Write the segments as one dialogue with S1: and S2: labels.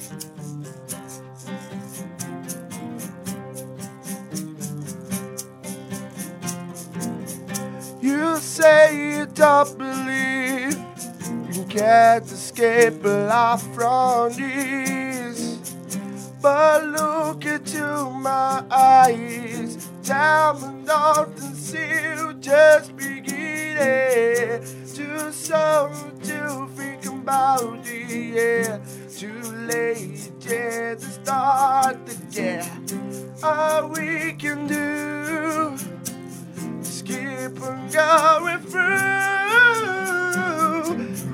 S1: You say you don't believe you can't escape life from these, but look into my eyes, time nothing seems just beginning. Too soon to think about the air, too late yet to start again. All we can do is keep on going through.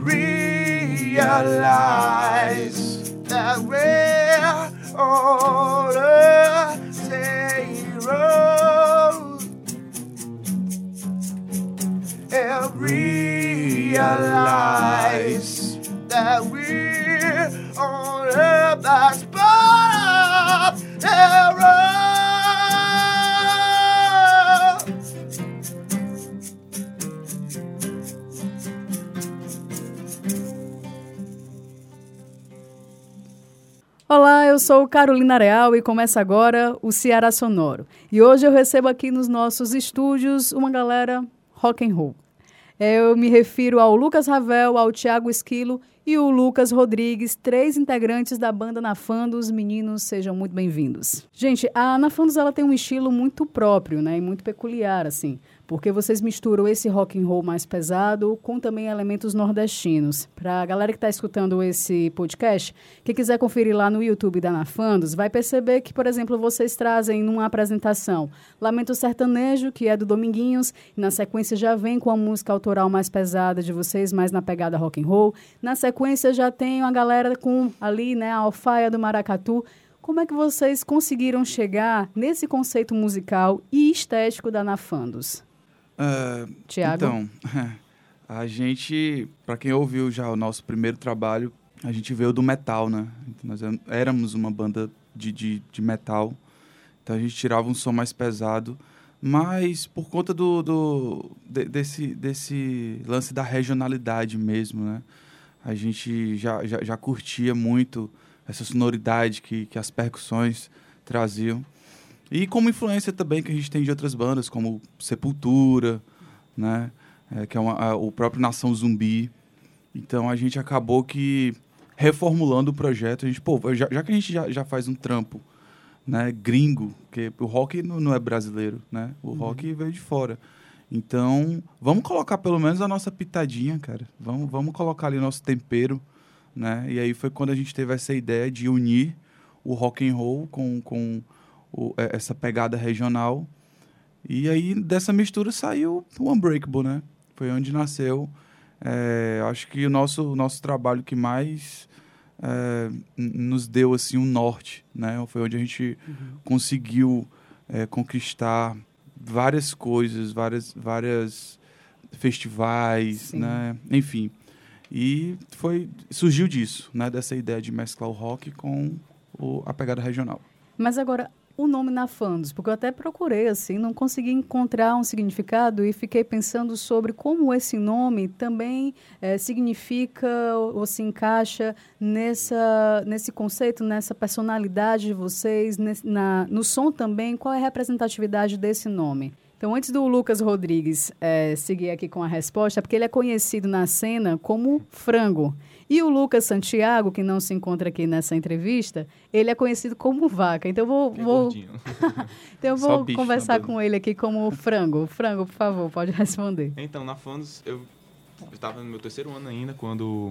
S1: Realize that we're on the same road, and realize that we're on the back spot of the road.
S2: Olá, eu sou Carolina Real e começa agora o Ceará Sonoro. E hoje eu recebo aqui nos nossos estúdios uma galera rock and roll. Eu me refiro ao Lucas Ravel, ao Thiago Esquilo e o Lucas Rodrigues, 3 integrantes da banda Nafandos. Meninos, sejam muito bem-vindos. Gente, a Nafandos ela tem um estilo muito próprio, né, e muito peculiar, assim, porque vocês misturam esse rock and roll mais pesado com também elementos nordestinos. Para a galera que está escutando esse podcast, que quiser conferir lá no YouTube da Nafandos, vai perceber que, por exemplo, vocês trazem numa apresentação Lamento Sertanejo, que é do Dominguinhos, e na sequência já vem com a música autoral mais pesada de vocês, mais na pegada rock and roll. Na sequência já tem a galera com ali, né, a alfaia do maracatu. Como é que vocês conseguiram chegar nesse conceito musical e estético da Nafandos? Thiago?
S3: Então, a gente, para quem ouviu já o nosso primeiro trabalho, a gente veio do metal, né? Nós éramos uma banda de metal, então a gente tirava um som mais pesado, mas por conta desse lance da regionalidade mesmo, né? A gente já curtia muito essa sonoridade que as percussões traziam. E como influência também que a gente tem de outras bandas, como Sepultura, né? Que é o próprio Nação Zumbi. Então a gente acabou que reformulando o projeto. A gente, já que a gente já faz um trampo, né, gringo, porque o rock não é brasileiro, né? O rock veio de fora. Então vamos colocar pelo menos a nossa pitadinha, cara. Vamos colocar ali o nosso tempero, né? E aí foi quando a gente teve essa ideia de unir o rock and roll com essa pegada regional. E aí, dessa mistura, saiu o Unbreakable, né? Foi onde nasceu. Acho que o nosso trabalho que mais nos deu, assim, um norte, né? Foi onde a gente conseguiu conquistar várias coisas, várias festivais, sim, né? Enfim. E surgiu disso, né? Dessa ideia de mesclar o rock com a pegada regional.
S2: Mas agora, o nome Nafandos, porque eu até procurei, assim, não consegui encontrar um significado e fiquei pensando sobre como esse nome também significa ou se encaixa nesse conceito, nessa personalidade de vocês, no som também, qual é a representatividade desse nome? Então, antes do Lucas Rodrigues seguir aqui com a resposta, porque ele é conhecido na cena como Frango. E o Lucas Santiago, que não se encontra aqui nessa entrevista, ele é conhecido como Vaca. Então, eu vou conversar com ele aqui como Frango. Frango, por favor, pode responder.
S4: Então, na Fandos, eu estava no meu 3º ano ainda, quando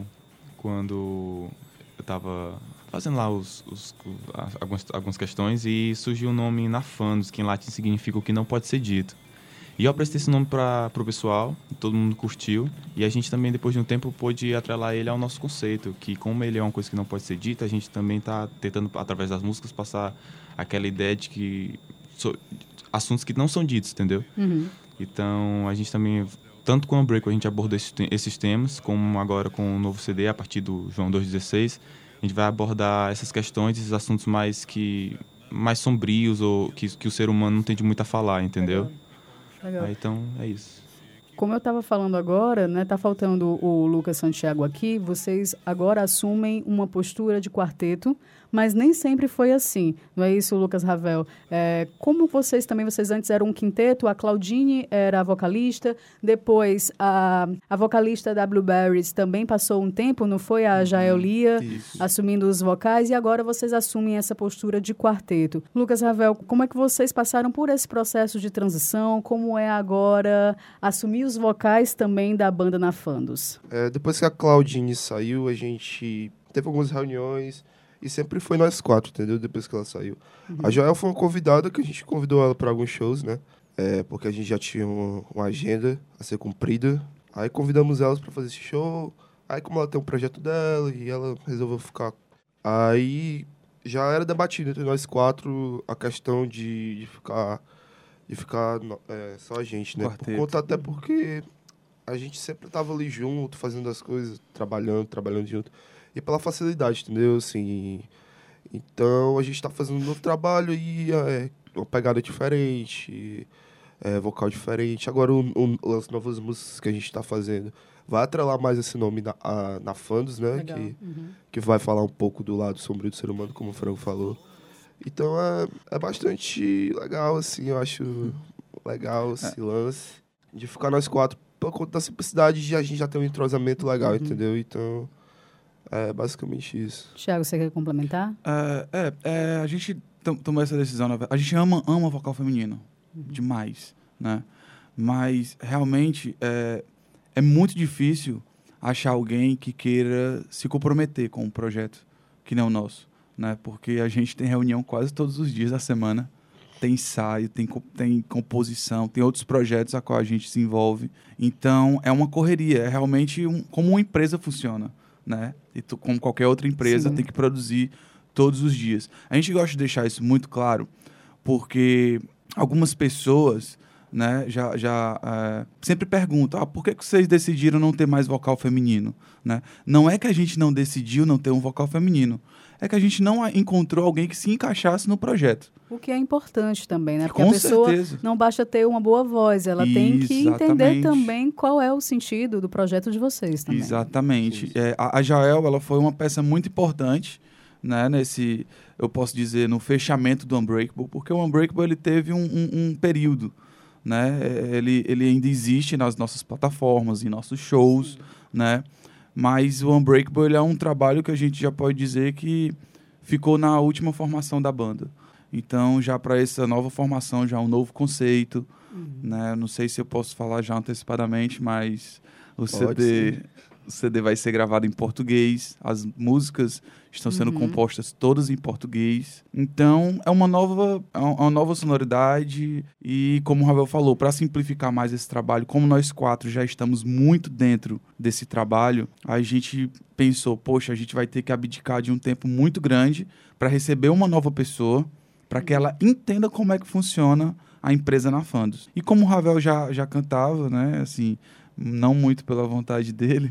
S4: eu estava fazendo lá algumas questões e surgiu o nome Nafandos, que em latim significa o que não pode ser dito. E eu apresentei esse nome para o pessoal, todo mundo curtiu, e a gente também, depois de um tempo, pôde atrelar ele ao nosso conceito, que como ele é uma coisa que não pode ser dita, a gente também está tentando, através das músicas, passar aquela ideia de que assuntos que não são ditos, entendeu? Uhum. Então, a gente também, tanto com o Unbreakable, a gente abordou esses temas, como agora com o novo CD, a partir do João 2,16, a gente vai abordar essas questões, esses assuntos mais sombrios, ou que o ser humano não tem de muito a falar, entendeu? Legal. Então, é isso.
S2: Como eu estava falando agora, né, tá faltando o Lucas Santiago aqui, vocês agora assumem uma postura de quarteto, mas nem sempre foi assim. Não é isso, Lucas Ravel? Como vocês antes eram um quinteto, a Claudine era a vocalista, depois a vocalista da Blueberries também passou um tempo, não foi? A Jael Lia, assumindo os vocais, e agora vocês assumem essa postura de quarteto. Lucas Ravel, como é que vocês passaram por esse processo de transição? Como é agora assumir os vocais também da banda Nafandos?
S1: Depois que a Claudine saiu, a gente teve algumas reuniões e sempre foi nós 4, entendeu? Depois que ela saiu. A Joel foi uma convidada que a gente convidou ela para alguns shows, né? Porque a gente já tinha uma agenda a ser cumprida. Aí convidamos elas para fazer esse show. Aí como ela tem um projeto dela e ela resolveu ficar. Aí já era debatido entre nós 4 a questão de ficar só a gente, né?
S3: Quarteto.
S1: Por conta até porque a gente sempre tava ali junto, fazendo as coisas, trabalhando junto. E pela facilidade, entendeu? Assim, então a gente tá fazendo um novo trabalho e uma pegada diferente, vocal diferente. Agora as novas músicas que a gente tá fazendo vai atrelar mais esse nome na Fandos, né? Que vai falar um pouco do lado sombrio do ser humano, como o Franco falou. Então é bastante legal, assim, eu acho legal esse lance de ficar nós 4 por conta da simplicidade de a gente já ter um entrosamento legal, entendeu? Então, é basicamente isso.
S2: Thiago, você quer complementar?
S3: A gente tomou essa decisão, a gente ama vocal feminino, demais, né? Mas, realmente, é muito difícil achar alguém que queira se comprometer com um projeto que não é o nosso, né? Porque a gente tem reunião quase todos os dias da semana, tem ensaio, tem composição, tem outros projetos a qual a gente se envolve. Então, é uma correria, é realmente como uma empresa funciona, né? E como qualquer outra empresa, tem que produzir todos os dias. A gente gosta de deixar isso muito claro, porque algumas pessoas, né, já sempre perguntam, por que vocês decidiram não ter mais vocal feminino? Né? Não é que a gente não decidiu não ter um vocal feminino, é que a gente não encontrou alguém que se encaixasse no projeto.
S2: O que é importante também, né? Porque
S3: Com
S2: a pessoa
S3: certeza.
S2: não basta ter uma boa voz, ela tem que entender
S3: Exatamente.
S2: também qual é o sentido do projeto de vocês também.
S3: Exatamente. A Jael, ela foi uma peça muito importante, né, eu posso dizer, no fechamento do Unbreakable, porque o Unbreakable ele teve um período, né? Ele ainda existe nas nossas plataformas, em nossos shows, né? Mas o Unbreakable ele é um trabalho que a gente já pode dizer que ficou na última formação da banda. Então, já para essa nova formação, já um novo conceito, né? Não sei se eu posso falar já antecipadamente, mas o CD vai ser gravado em português, as músicas estão sendo compostas todas em português. Então, é uma nova sonoridade e, como o Ravel falou, para simplificar mais esse trabalho, como nós 4 já estamos muito dentro desse trabalho, a gente pensou, poxa, a gente vai ter que abdicar de um tempo muito grande para receber uma nova pessoa, para que ela entenda como é que funciona a empresa Nafandos. E como o Ravel já cantava, né, assim, não muito pela vontade dele,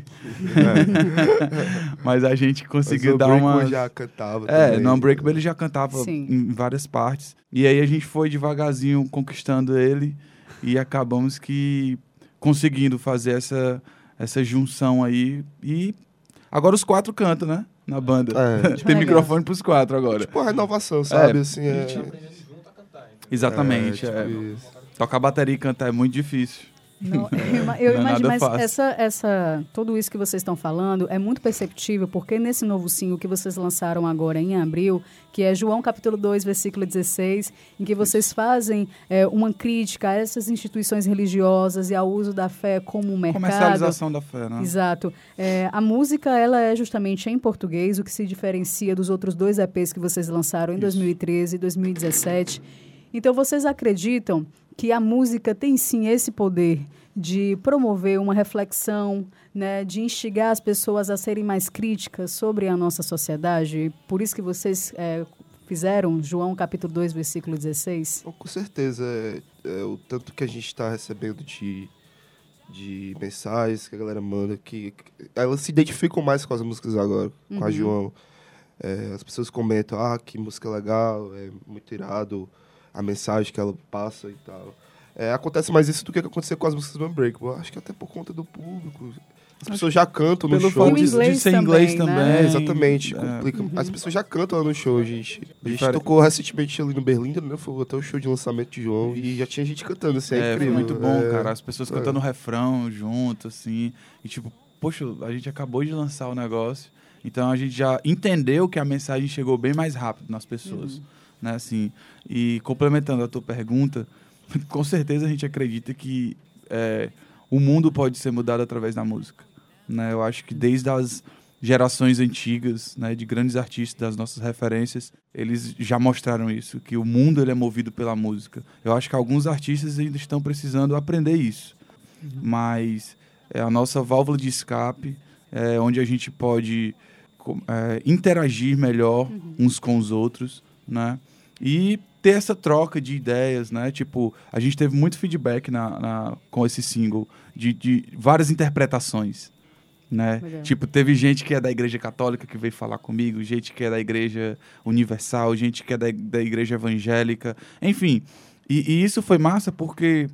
S3: mas a gente conseguiu dar uma...
S1: Mas já cantava também.
S3: No Unbreakable ele já cantava em várias partes. E aí a gente foi devagarzinho conquistando ele e acabamos que conseguindo fazer essa junção aí. E agora os 4 cantam, né? Na banda. Tem microfone pros 4 agora.
S1: Tipo uma renovação, sabe? Assim,
S3: Exatamente. Tocar bateria e cantar é muito difícil.
S2: Não, eu imagino, mas
S3: fácil.
S2: tudo isso que vocês estão falando é muito perceptível, porque nesse novo single que vocês lançaram agora em abril, que é João capítulo 2, versículo 16, em que vocês fazem uma crítica a essas instituições religiosas e ao uso da fé como mercado.
S3: Comercialização da fé, né?
S2: Exato. A música, ela é justamente em português, o que se diferencia dos outros 2 EPs que vocês lançaram em 2013 e 2017. Então, vocês acreditam que a música tem sim esse poder de promover uma reflexão, né, de instigar as pessoas a serem mais críticas sobre a nossa sociedade? Por isso que vocês fizeram João capítulo 2, versículo 16?
S1: Com certeza. O tanto que a gente está recebendo de mensagens que a galera manda, que elas se identificam mais com as músicas agora, com a João. As pessoas comentam, que música legal, é muito irado a mensagem que ela passa e tal. acontece mais isso do que aconteceu com as músicas do Unbreakable. Acho que até por conta do público. As pessoas já cantam no
S3: Pelo
S1: show.
S3: fato de ser inglês também.
S2: né?
S1: Exatamente. Complica. As pessoas já cantam lá no show, gente. A gente
S3: Diferente.
S1: tocou recentemente ali no Berlim, né? Foi até o show de lançamento de João e já tinha gente cantando, assim, é
S3: Foi
S1: incrível.
S3: muito bom, cara. As pessoas cantando o refrão junto, assim. E tipo, poxa, a gente acabou de lançar o negócio. Então a gente já entendeu que a mensagem chegou bem mais rápido nas pessoas. Né, assim. E complementando a tua pergunta, com certeza a gente acredita que o mundo pode ser mudado através da música. Né? Eu acho que desde as gerações antigas, né, de grandes artistas, das nossas referências, eles já mostraram isso, que o mundo ele é movido pela música. Eu acho que alguns artistas ainda estão precisando aprender isso. Mas é a nossa válvula de escape, onde a gente pode interagir melhor uns com os outros, né? E ter essa troca de ideias, né? Tipo, a gente teve muito feedback com esse single, de várias interpretações, né? Tipo, teve gente que é da Igreja Católica que veio falar comigo, gente que é da Igreja Universal, gente que é da Igreja Evangélica, enfim. E isso foi massa porque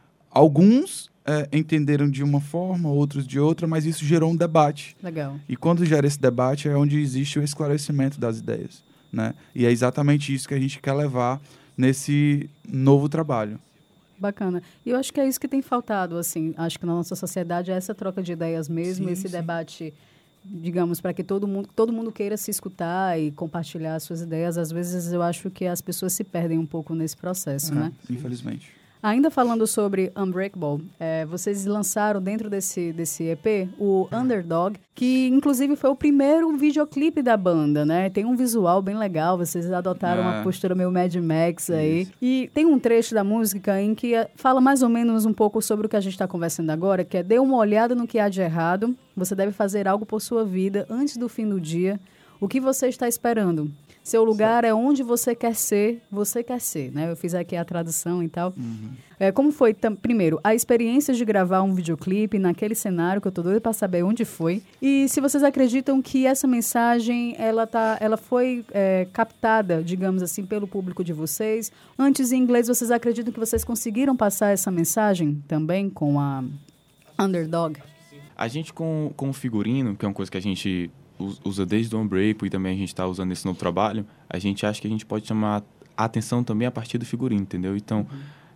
S3: alguns entenderam de uma forma, outros de outra, mas isso gerou um debate.
S2: Legal.
S3: E quando gera esse debate é onde existe o esclarecimento das ideias, né? E é exatamente isso que a gente quer levar nesse novo trabalho.
S2: Bacana. E eu acho que é isso que tem faltado, assim, acho que na nossa sociedade é essa troca de ideias mesmo, esse debate, digamos, para que todo mundo queira se escutar e compartilhar as suas ideias. Às vezes eu acho que as pessoas se perdem um pouco nesse processo, né?
S3: Infelizmente.
S2: Ainda falando sobre Unbreakable, vocês lançaram dentro desse EP o Underdog, que inclusive foi o primeiro videoclipe da banda, né? Tem um visual bem legal, vocês adotaram uma postura meio Mad Max aí. Isso. E tem um trecho da música em que fala mais ou menos um pouco sobre o que a gente está conversando agora, que é: dê uma olhada no que há de errado, você deve fazer algo por sua vida antes do fim do dia. O que você está esperando? Seu lugar é onde você quer ser, né? Eu fiz aqui a tradução e tal. Como foi, primeiro, a experiência de gravar um videoclipe naquele cenário, que eu tô doida para saber onde foi. E se vocês acreditam que essa mensagem, ela foi captada, digamos assim, pelo público de vocês. Antes, em inglês, vocês acreditam que vocês conseguiram passar essa mensagem também com a Underdog?
S4: A gente com o figurino, que é uma coisa que a gente usa desde o Unbreakable e também a gente está usando nesse novo trabalho, a gente acha que a gente pode chamar a atenção também a partir do figurino, entendeu? Então,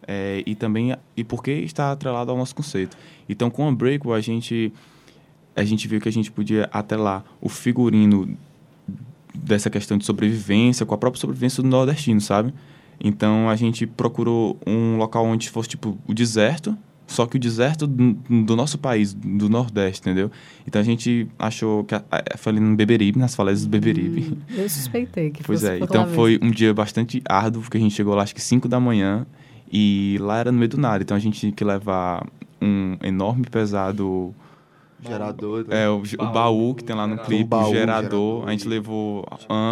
S4: e porque está atrelado ao nosso conceito. Então, com o Unbreakable, a gente viu que a gente podia atrelar o figurino dessa questão de sobrevivência com a própria sobrevivência do nordestino, sabe? Então, a gente procurou um local onde fosse, tipo, o deserto, só que o deserto do nosso país, do Nordeste, entendeu? Então a gente achou que foi ali no Beberibe, nas falésias do Beberibe.
S2: Eu suspeitei que
S4: pois
S2: fosse por
S4: então
S2: lá
S4: foi
S2: mesmo.
S4: um dia bastante árduo, porque a gente chegou lá acho que 5 da manhã e lá era no meio do nada. Então a gente tinha que levar um enorme, pesado
S1: Gerador. Né?
S4: O baú que tem lá no clipe, o gerador. A gente levou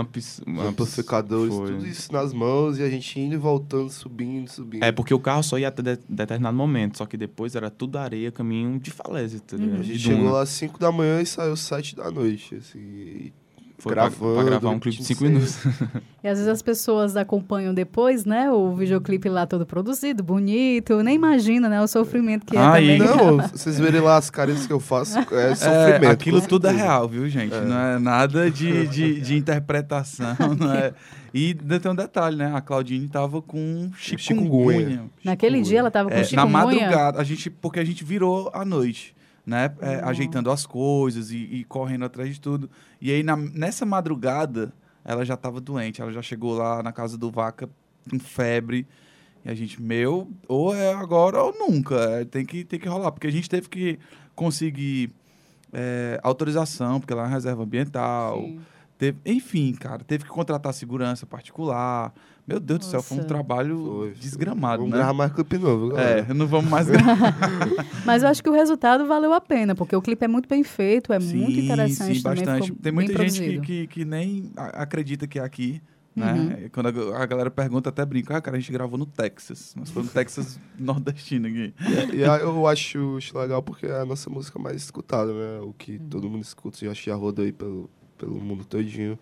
S1: amplificadores, tudo isso nas mãos e a gente indo e voltando, subindo.
S4: Porque o carro só ia até determinado momento, só que depois era tudo areia, caminho de falésia.
S1: A gente chegou lá às 5 da manhã e saiu às 7 da noite, assim...
S4: Foi pra gravar um clipe de 5 minutos.
S2: E às vezes as pessoas acompanham depois, né? O videoclipe lá todo produzido, bonito. Nem imagina, né? O sofrimento que é também.
S1: Não, vocês verem lá as carinhas que eu faço, é sofrimento.
S3: Aquilo tudo é real, viu, gente? Não é nada de interpretação, não é... E tem um detalhe, né? A Claudine tava com chikungunya.
S2: Naquele dia ela tava com chikungunya?
S3: Na madrugada, porque a gente virou à noite. Né? Ajeitando as coisas e correndo atrás de tudo. E aí, nessa madrugada, ela já estava doente. Ela já chegou lá na casa do Vaca com febre. E a gente, ou é agora ou nunca. Tem que rolar. Porque a gente teve que conseguir autorização, porque lá é uma reserva ambiental. Enfim, cara, teve que contratar segurança particular. Meu Deus do céu, foi um trabalho desgramado,
S1: vamos
S3: né?
S1: gravar mais clipe novo, galera.
S3: Não vamos mais gravar.
S2: Mas eu acho que o resultado valeu a pena, porque o clipe é muito bem feito, muito interessante.
S3: Sim,
S2: também,
S3: bastante. Tem muita gente que nem acredita que é aqui, né? Quando a galera pergunta, até brinca, cara, a gente gravou no Texas. Mas foi no Texas nordestino aqui.
S1: E eu acho legal porque é a nossa música mais escutada, né? O que todo mundo escuta, eu acho que já rodou aí pelo mundo todinho.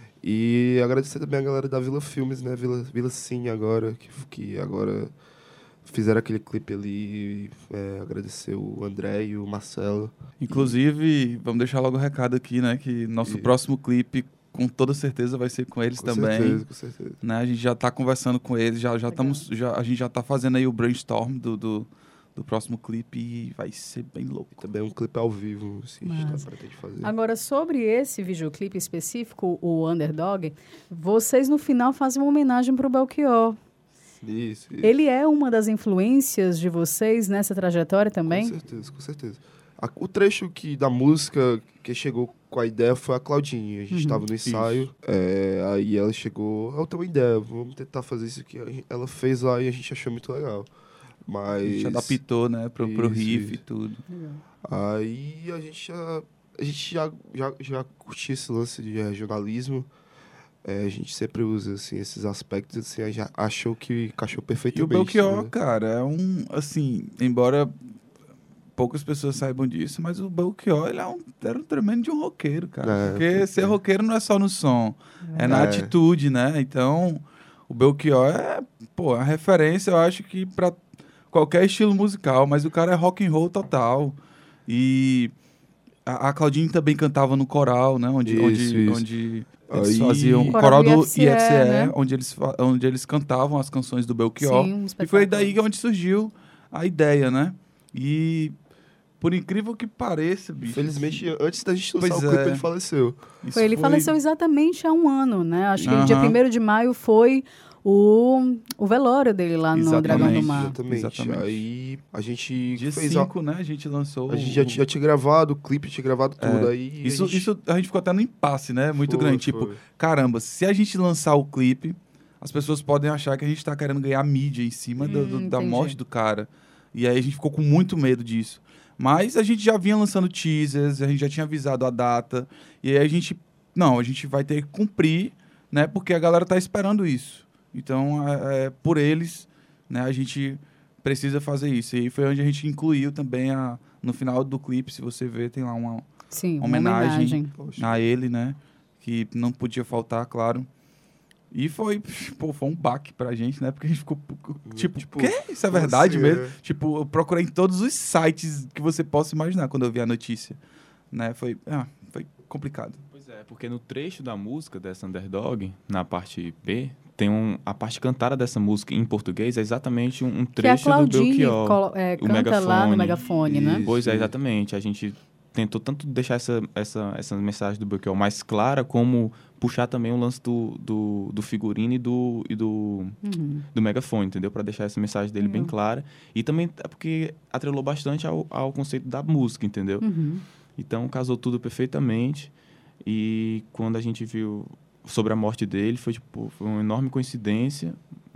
S1: E agradecer também a galera da Vila Filmes, né? Vila Cine agora, que agora fizeram aquele clipe ali, agradecer o André e o Marcelo.
S3: Inclusive, vamos deixar logo o recado aqui, né? Que nosso próximo clipe, com toda certeza, vai ser com eles também.
S1: Com certeza.
S3: Né? A gente já tá conversando com eles, a gente já tá fazendo aí o brainstorm do próximo clipe e vai ser bem louco.
S1: E também um clipe ao vivo, assim, a gente
S2: Massa.
S1: pretende fazer.
S2: Agora, sobre esse videoclipe específico, o Underdog, vocês no final fazem uma homenagem para o Belchior.
S1: Isso.
S2: Ele é uma das influências de vocês nessa trajetória também?
S1: Com certeza. O trecho da música que chegou com a ideia foi a Claudinha. A gente estava no ensaio, aí ela chegou, eu tenho uma ideia, vamos tentar fazer isso aqui. Ela fez lá e a gente achou muito legal. Mas...
S3: A gente adaptou, né, pro riff e tudo.
S2: Legal.
S1: Aí a gente já curtia esse lance de regionalismo. A gente sempre usa, assim, esses aspectos, assim, a gente achou que encaixou
S3: E o
S1: perfeitamente.
S3: Belchior,
S1: né?
S3: cara, é assim, embora poucas pessoas saibam disso, mas o Belchior, ele era um tremendo de um roqueiro, cara. Porque ser roqueiro não é só no som, é na atitude, né? Então, o Belchior é a referência, eu acho que pra qualquer estilo musical, mas o cara é rock and roll total. E a Claudinha também cantava no coral, né? Onde eles faziam o coral do IFCE,
S2: né?
S3: onde eles cantavam as canções do Belchior.
S2: Sim,
S3: E foi daí onde surgiu a ideia, né? E por incrível que pareça, bicho.
S1: Infelizmente, antes da gente lançar o clipe, ele faleceu.
S2: Ele faleceu exatamente há um ano, né? Acho que dia 1º de maio foi o velório dele lá no Dragão do Mar.
S1: Exatamente. Aí a gente
S3: dia
S1: fez
S3: 5, né? A gente lançou.
S1: A gente já tinha gravado o clipe, tinha gravado tudo. Aí
S3: isso a gente ficou até no impasse, né? Muito grande. Tipo, caramba, se a gente lançar o clipe, as pessoas podem achar que a gente tá querendo ganhar mídia em cima da morte do cara. E aí a gente ficou com muito medo disso. Mas a gente já vinha lançando teasers, a gente já tinha avisado a data. E aí a gente vai ter que cumprir, né? Porque a galera tá esperando isso. Então, por eles, né, a gente precisa fazer isso. E foi onde a gente incluiu também, no final do clipe, se você ver, tem lá uma homenagem a ele, né? Que não podia faltar, claro. E foi um baque pra gente, né? Porque a gente ficou, tipo quê? Isso é verdade mesmo? Tipo, eu procurei em todos os sites que você possa imaginar quando eu vi a notícia, né? Foi complicado.
S4: Pois é, porque no trecho da música dessa Underdog, na parte B, tem a parte cantada dessa música em português, é exatamente um trecho do Belchior.
S2: Que a Claudinha canta lá no megafone, né?
S4: Pois é, exatamente. A gente tentou tanto deixar essa mensagem do Belchior mais clara, como puxar também o lance do figurino e do megafone, entendeu? Para deixar essa mensagem dele bem clara. E também é porque atrelou bastante ao conceito da música, entendeu? Então, casou tudo perfeitamente. E quando a gente viu sobre a morte dele, foi uma enorme coincidência.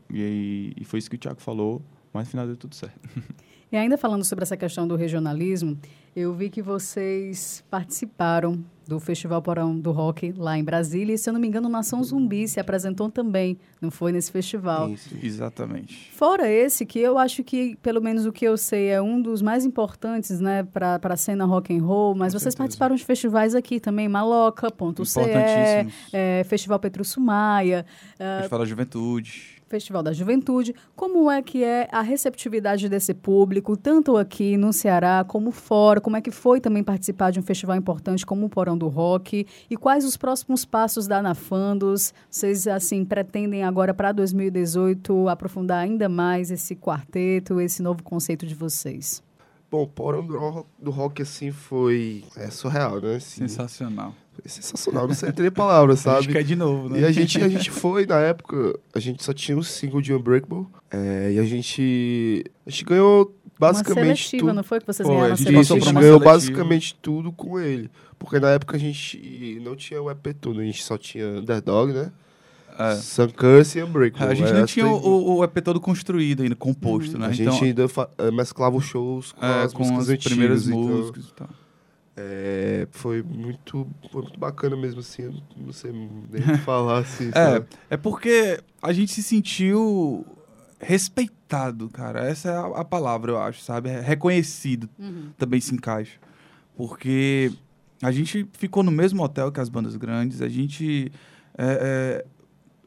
S4: E foi isso que o Thiago falou, mas no final deu tudo certo.
S2: E ainda falando sobre essa questão do regionalismo, eu vi que vocês participaram do Festival Porão do Rock lá em Brasília. E, se eu não me engano, Nação Zumbi se apresentou também, não foi, nesse festival?
S3: Isso, exatamente.
S2: Fora esse, que eu acho que, pelo menos o que eu sei, é um dos mais importantes, né, para a cena rock and roll, mas vocês participaram de festivais aqui também, Maloca, Ponto CE, Festival Petrúcio Maia.
S3: Festival da Juventude.
S2: Festival da Juventude. Como é que é a receptividade desse público, tanto aqui no Ceará como fora? Como é que foi também participar de um festival importante como o Porão do Rock? E quais os próximos passos da Anafandos? Vocês, assim, pretendem agora para 2018 aprofundar ainda mais esse quarteto, esse novo conceito de vocês?
S1: Bom, o Porão do Rock, assim, foi surreal, né? Assim,
S3: sensacional.
S1: Foi sensacional, não sei ter palavras, sabe?
S3: Acho que é de novo, né?
S1: E a gente foi, na época, a gente só tinha um single de Unbreakable. E a gente ganhou basicamente
S2: uma seletiva,
S1: tudo.
S2: não foi que vocês ganharam a
S1: A
S2: seletiva?
S1: gente ganhou basicamente tudo com ele. Porque na época a gente não tinha o EP todo, a gente só tinha Underdog, né? Sun Curse e Unbreakable.
S3: A gente não tinha o EP todo construído ainda, composto, né?
S1: A gente ainda mesclava os shows com as músicas antigas.
S3: Primeiras músicas e tal.
S1: Foi muito bacana mesmo, assim, eu não sei nem falar assim.
S3: É porque a gente se sentiu respeitado, cara. Essa é a palavra, eu acho, sabe? Reconhecido também se encaixa. Porque a gente ficou no mesmo hotel que as bandas grandes, a gente...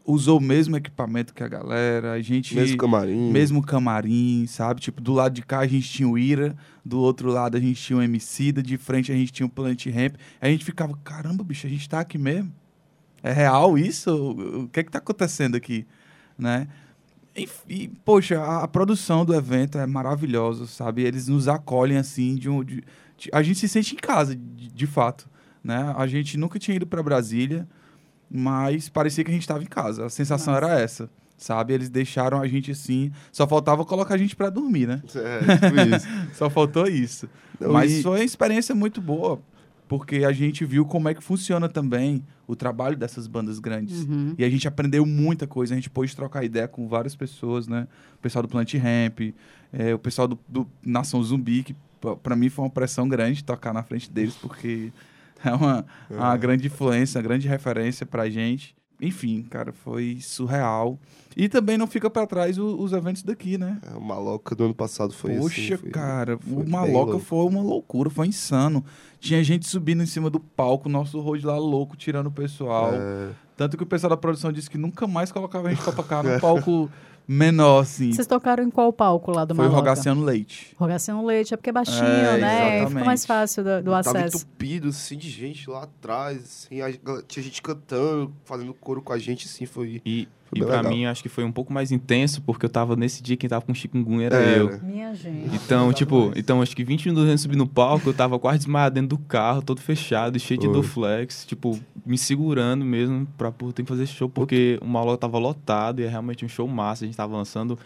S3: usou o mesmo equipamento que a galera, a gente... Mesmo camarim, sabe? Tipo, do lado de cá a gente tinha o Ira, do outro lado a gente tinha o Emicida, de frente a gente tinha o Planet Ramp. Aí a gente ficava, caramba, bicho, a gente tá aqui mesmo? É real isso? O que é que tá acontecendo aqui? Né? E, poxa, a produção do evento é maravilhosa, sabe? Eles nos acolhem, assim, a gente se sente em casa, de fato, né? A gente nunca tinha ido para Brasília, mas parecia que a gente estava em casa. A sensação era essa, sabe? Eles deixaram a gente assim... Só faltava colocar a gente para dormir, né?
S1: Tipo isso.
S3: Só faltou isso.
S1: Não,
S3: mas foi uma experiência muito boa, porque a gente viu como é que funciona também o trabalho dessas bandas grandes. E a gente aprendeu muita coisa. A gente pôde trocar ideia com várias pessoas, né? O pessoal do Planet Ramp, o pessoal do Nação Zumbi, que para mim foi uma pressão grande tocar na frente deles, porque... É uma grande influência, uma grande referência pra gente. Enfim, cara, foi surreal. E também não fica pra trás os eventos daqui, né?
S1: O Maloca do ano passado foi assim.
S3: Poxa, cara, o Maloca foi uma loucura, foi insano. Tinha gente subindo em cima do palco, nosso road lá louco, tirando o pessoal. Tanto que o pessoal da produção disse que nunca mais colocava a gente pra tocar no palco menor, assim.
S2: Vocês tocaram em qual palco lá do Maloca?
S3: Foi o Rogaciano Leite.
S2: Rogaciano Leite, é porque é baixinho, né?
S3: Exatamente.
S2: Fica mais fácil do acesso.
S1: Tava entupido, assim, de gente lá atrás, assim, tinha gente cantando, fazendo coro com a gente, assim, foi
S4: pra
S1: legal.
S4: mim, acho que foi um pouco mais intenso, porque eu tava nesse dia, quem tava com chikungunya era eu.
S2: Minha gente.
S4: Então, acho que 20 minutos antes de subir no palco, eu tava quase desmaiado dentro do carro, todo fechado, cheio de Dorflex, tipo, me segurando mesmo pra ter que fazer show, porque o Maloca tava lotado e é realmente um show massa. A gente tava lançando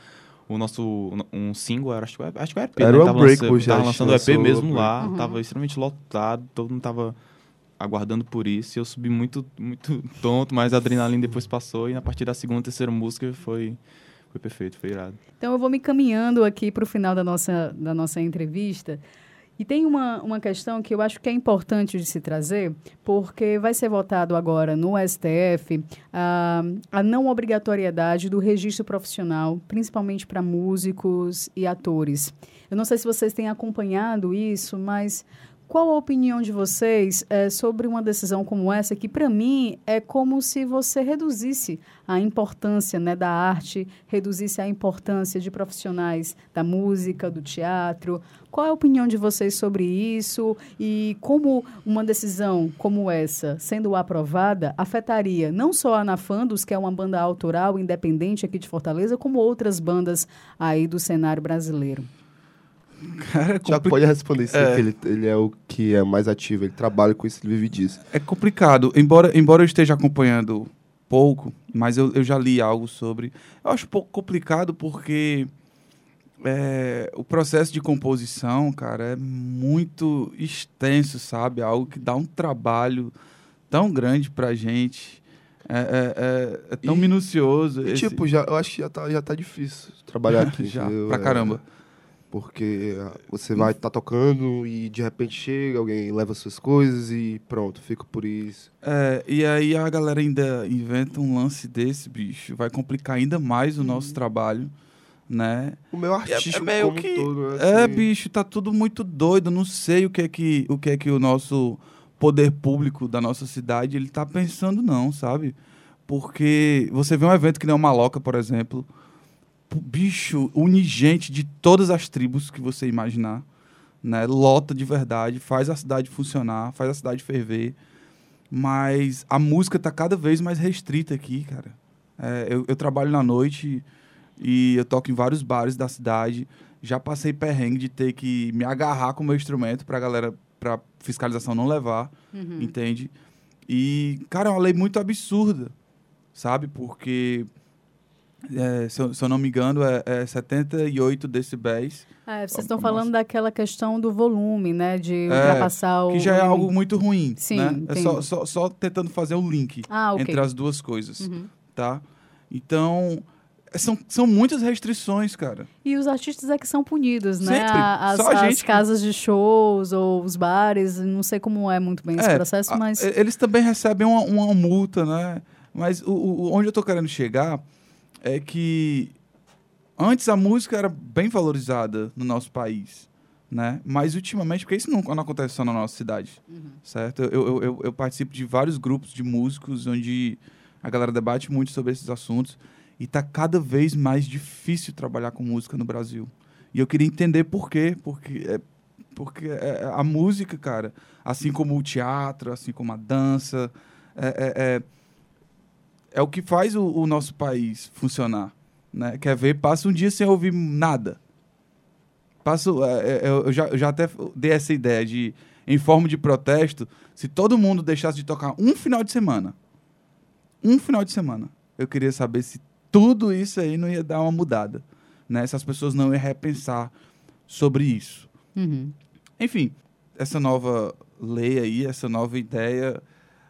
S4: um single, acho que era EP,
S1: era
S4: né?
S1: o Unbreakable já.
S4: Tava lançando o EP mesmo lá, tava extremamente lotado, todo mundo tava aguardando por isso, e eu subi muito, muito tonto, mas a adrenalina depois passou, e a partir da segunda, terceira música foi perfeito, foi irado.
S2: Então eu vou me caminhando aqui para o final da nossa entrevista, e tem uma questão que eu acho que é importante de se trazer, porque vai ser votado agora no STF a não obrigatoriedade do registro profissional, principalmente para músicos e atores. Eu não sei se vocês têm acompanhado isso, mas... Qual a opinião de vocês sobre uma decisão como essa, que para mim é como se você reduzisse a importância, né, da arte, reduzisse a importância de profissionais da música, do teatro? Qual é a opinião de vocês sobre isso e como uma decisão como essa, sendo aprovada, afetaria não só a Anafandos, que é uma banda autoral independente aqui de Fortaleza, como outras bandas aí do cenário brasileiro?
S3: Cara,
S1: já pode responder isso, que ele é o que é mais ativo, ele trabalha com isso, ele vive disso.
S3: É complicado, embora eu esteja acompanhando pouco, mas eu já li algo sobre... Eu acho um pouco complicado porque o processo de composição, cara, é muito extenso, sabe? Algo que dá um trabalho tão grande pra gente, é tão minucioso.
S1: Tipo, eu acho que já tá difícil trabalhar aqui.
S3: Já, pra caramba.
S1: Porque você vai estar tocando e de repente chega, alguém leva suas coisas e pronto, fica por isso.
S3: E aí a galera ainda inventa um lance desse, bicho. Vai complicar ainda mais o nosso trabalho, né?
S1: O meu artístico
S3: meio
S1: como
S3: que,
S1: todo, né? Assim.
S3: Bicho, tá tudo muito doido. Não sei o que é que o nosso poder público da nossa cidade ele tá pensando, não, sabe? Porque você vê um evento que nem o Maloca, por exemplo... Bicho, une gente de todas as tribos que você imaginar, né? Lota de verdade, faz a cidade funcionar, faz a cidade ferver, mas a música tá cada vez mais restrita aqui, cara. Eu trabalho na noite e eu toco em vários bares da cidade, já passei perrengue de ter que me agarrar com o meu instrumento pra galera, pra fiscalização não levar, entende? E, cara, é uma lei muito absurda, sabe? Porque... se eu não me engano, é 78 decibéis.
S2: Vocês estão falando daquela questão do volume, né? De ultrapassar o...
S3: Que já é algo muito ruim,
S2: sim,
S3: né? É só tentando fazer o link entre as duas coisas, tá? Então, são muitas restrições, cara.
S2: E os artistas é que são punidos, né?
S3: Sempre.
S2: As casas de shows ou os bares, não sei como é muito bem esse processo, mas...
S3: Eles também recebem uma multa, né? Mas onde eu tô querendo chegar... é que antes a música era bem valorizada no nosso país, né? Mas ultimamente, porque isso não acontece só na nossa cidade, certo? Eu participo de vários grupos de músicos onde A galera debate muito sobre esses assuntos e tá cada vez mais difícil trabalhar com música no Brasil. E eu queria entender por quê. Porque a música, cara, assim como o teatro, assim como a dança, é o que faz o nosso país funcionar, né? Quer ver? Passa um dia sem ouvir nada. Eu já até dei essa ideia de, em forma de protesto, se todo mundo deixasse de tocar um final de semana, eu queria saber se tudo isso aí não ia dar uma mudada, né? Se as pessoas não iam repensar sobre isso.
S2: Uhum.
S3: Enfim, essa nova lei aí, essa nova ideia,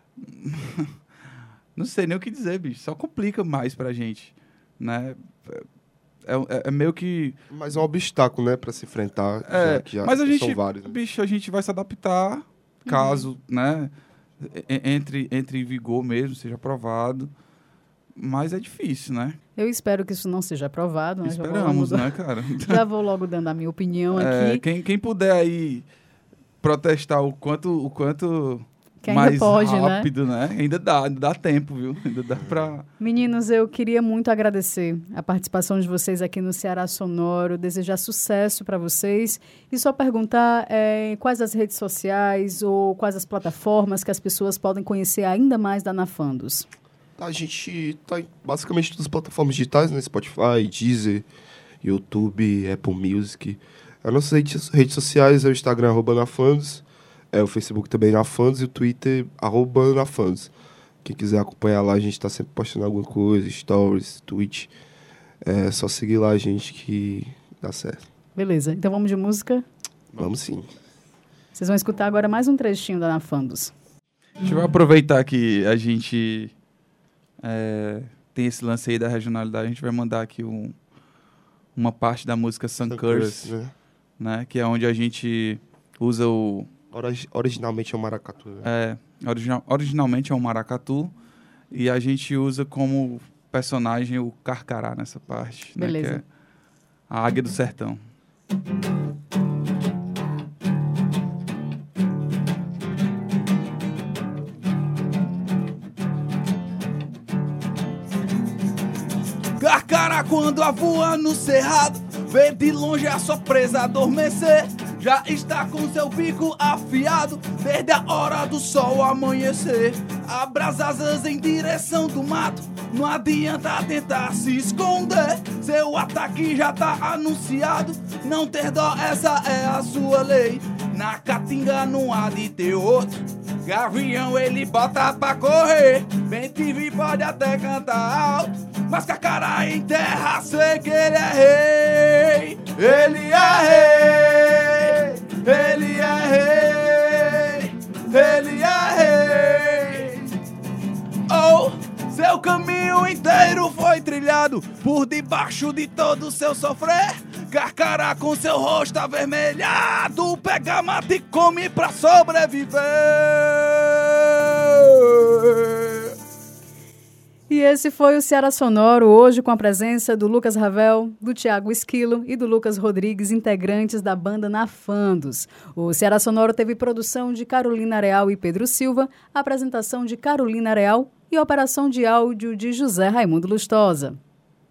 S3: não sei nem o que dizer, bicho, só complica mais pra gente, né? É meio que...
S1: Mas é um obstáculo, né, pra se enfrentar, já
S3: mas a gente,
S1: são vários. Né?
S3: bicho, a gente vai se adaptar caso, né, entre em vigor mesmo, seja aprovado. Mas é difícil, né?
S2: Eu espero que isso não seja aprovado. Né?
S3: Esperamos, né, cara?
S2: Já vou logo dando a minha opinião aqui.
S3: Quem puder aí protestar o quanto
S2: Que ainda
S3: mais
S2: pode,
S3: rápido, né? Ainda dá tempo, viu? Ainda dá pra...
S2: Meninos, eu queria muito agradecer a participação de vocês aqui no Ceará Sonoro, desejar sucesso para vocês e só perguntar quais as redes sociais ou quais as plataformas que as pessoas podem conhecer ainda mais da Nafandos.
S1: A gente tá em basicamente todas as plataformas digitais, né? Spotify, Deezer, YouTube, Apple Music. As nossas redes sociais é o Instagram, @nafandos, o Facebook também, Nafandos, e o Twitter, @nafandos. Quem quiser acompanhar lá, a gente tá sempre postando alguma coisa, stories, tweet. É só seguir lá a gente que dá certo.
S2: Beleza, então vamos de música?
S1: Vamos sim.
S2: Vocês vão escutar agora mais um trechinho da Nafandos.
S3: A gente vai aproveitar que a gente... tem esse lance aí da regionalidade, a gente vai mandar aqui uma parte da música Sun Curse, né? Que é onde a gente usa o...
S1: Originalmente é um maracatu. Né?
S3: Originalmente é um maracatu e a gente usa como personagem o Carcará nessa parte.
S2: Beleza.
S3: Né? Que é a Águia do Sertão. Carcará quando avoa no cerrado, vê de longe a sua presa adormecer. Já está com seu bico afiado, desde a hora do sol amanhecer. Abra as asas em direção do mato, não adianta tentar se esconder. Seu ataque já tá anunciado, não ter dó, essa é a sua lei. Na caatinga não há de ter outro, gavião ele bota pra correr. Bem TV pode até cantar alto, mas Carcará em terra seca ele é rei. Ele é rei, ele é rei, ele é rei. Oh, seu caminho inteiro foi trilhado por debaixo de todo o seu sofrer. Carcará com seu rosto avermelhado, pega mata e come pra sobreviver.
S2: E esse foi o Ceará Sonoro, hoje com a presença do Lucas Ravel, do Thiago Esquilo e do Lucas Rodrigues, integrantes da banda Nafandos. O Ceará Sonoro teve produção de Carolina Real e Pedro Silva, apresentação de Carolina Real e operação de áudio de José Raimundo Lustosa.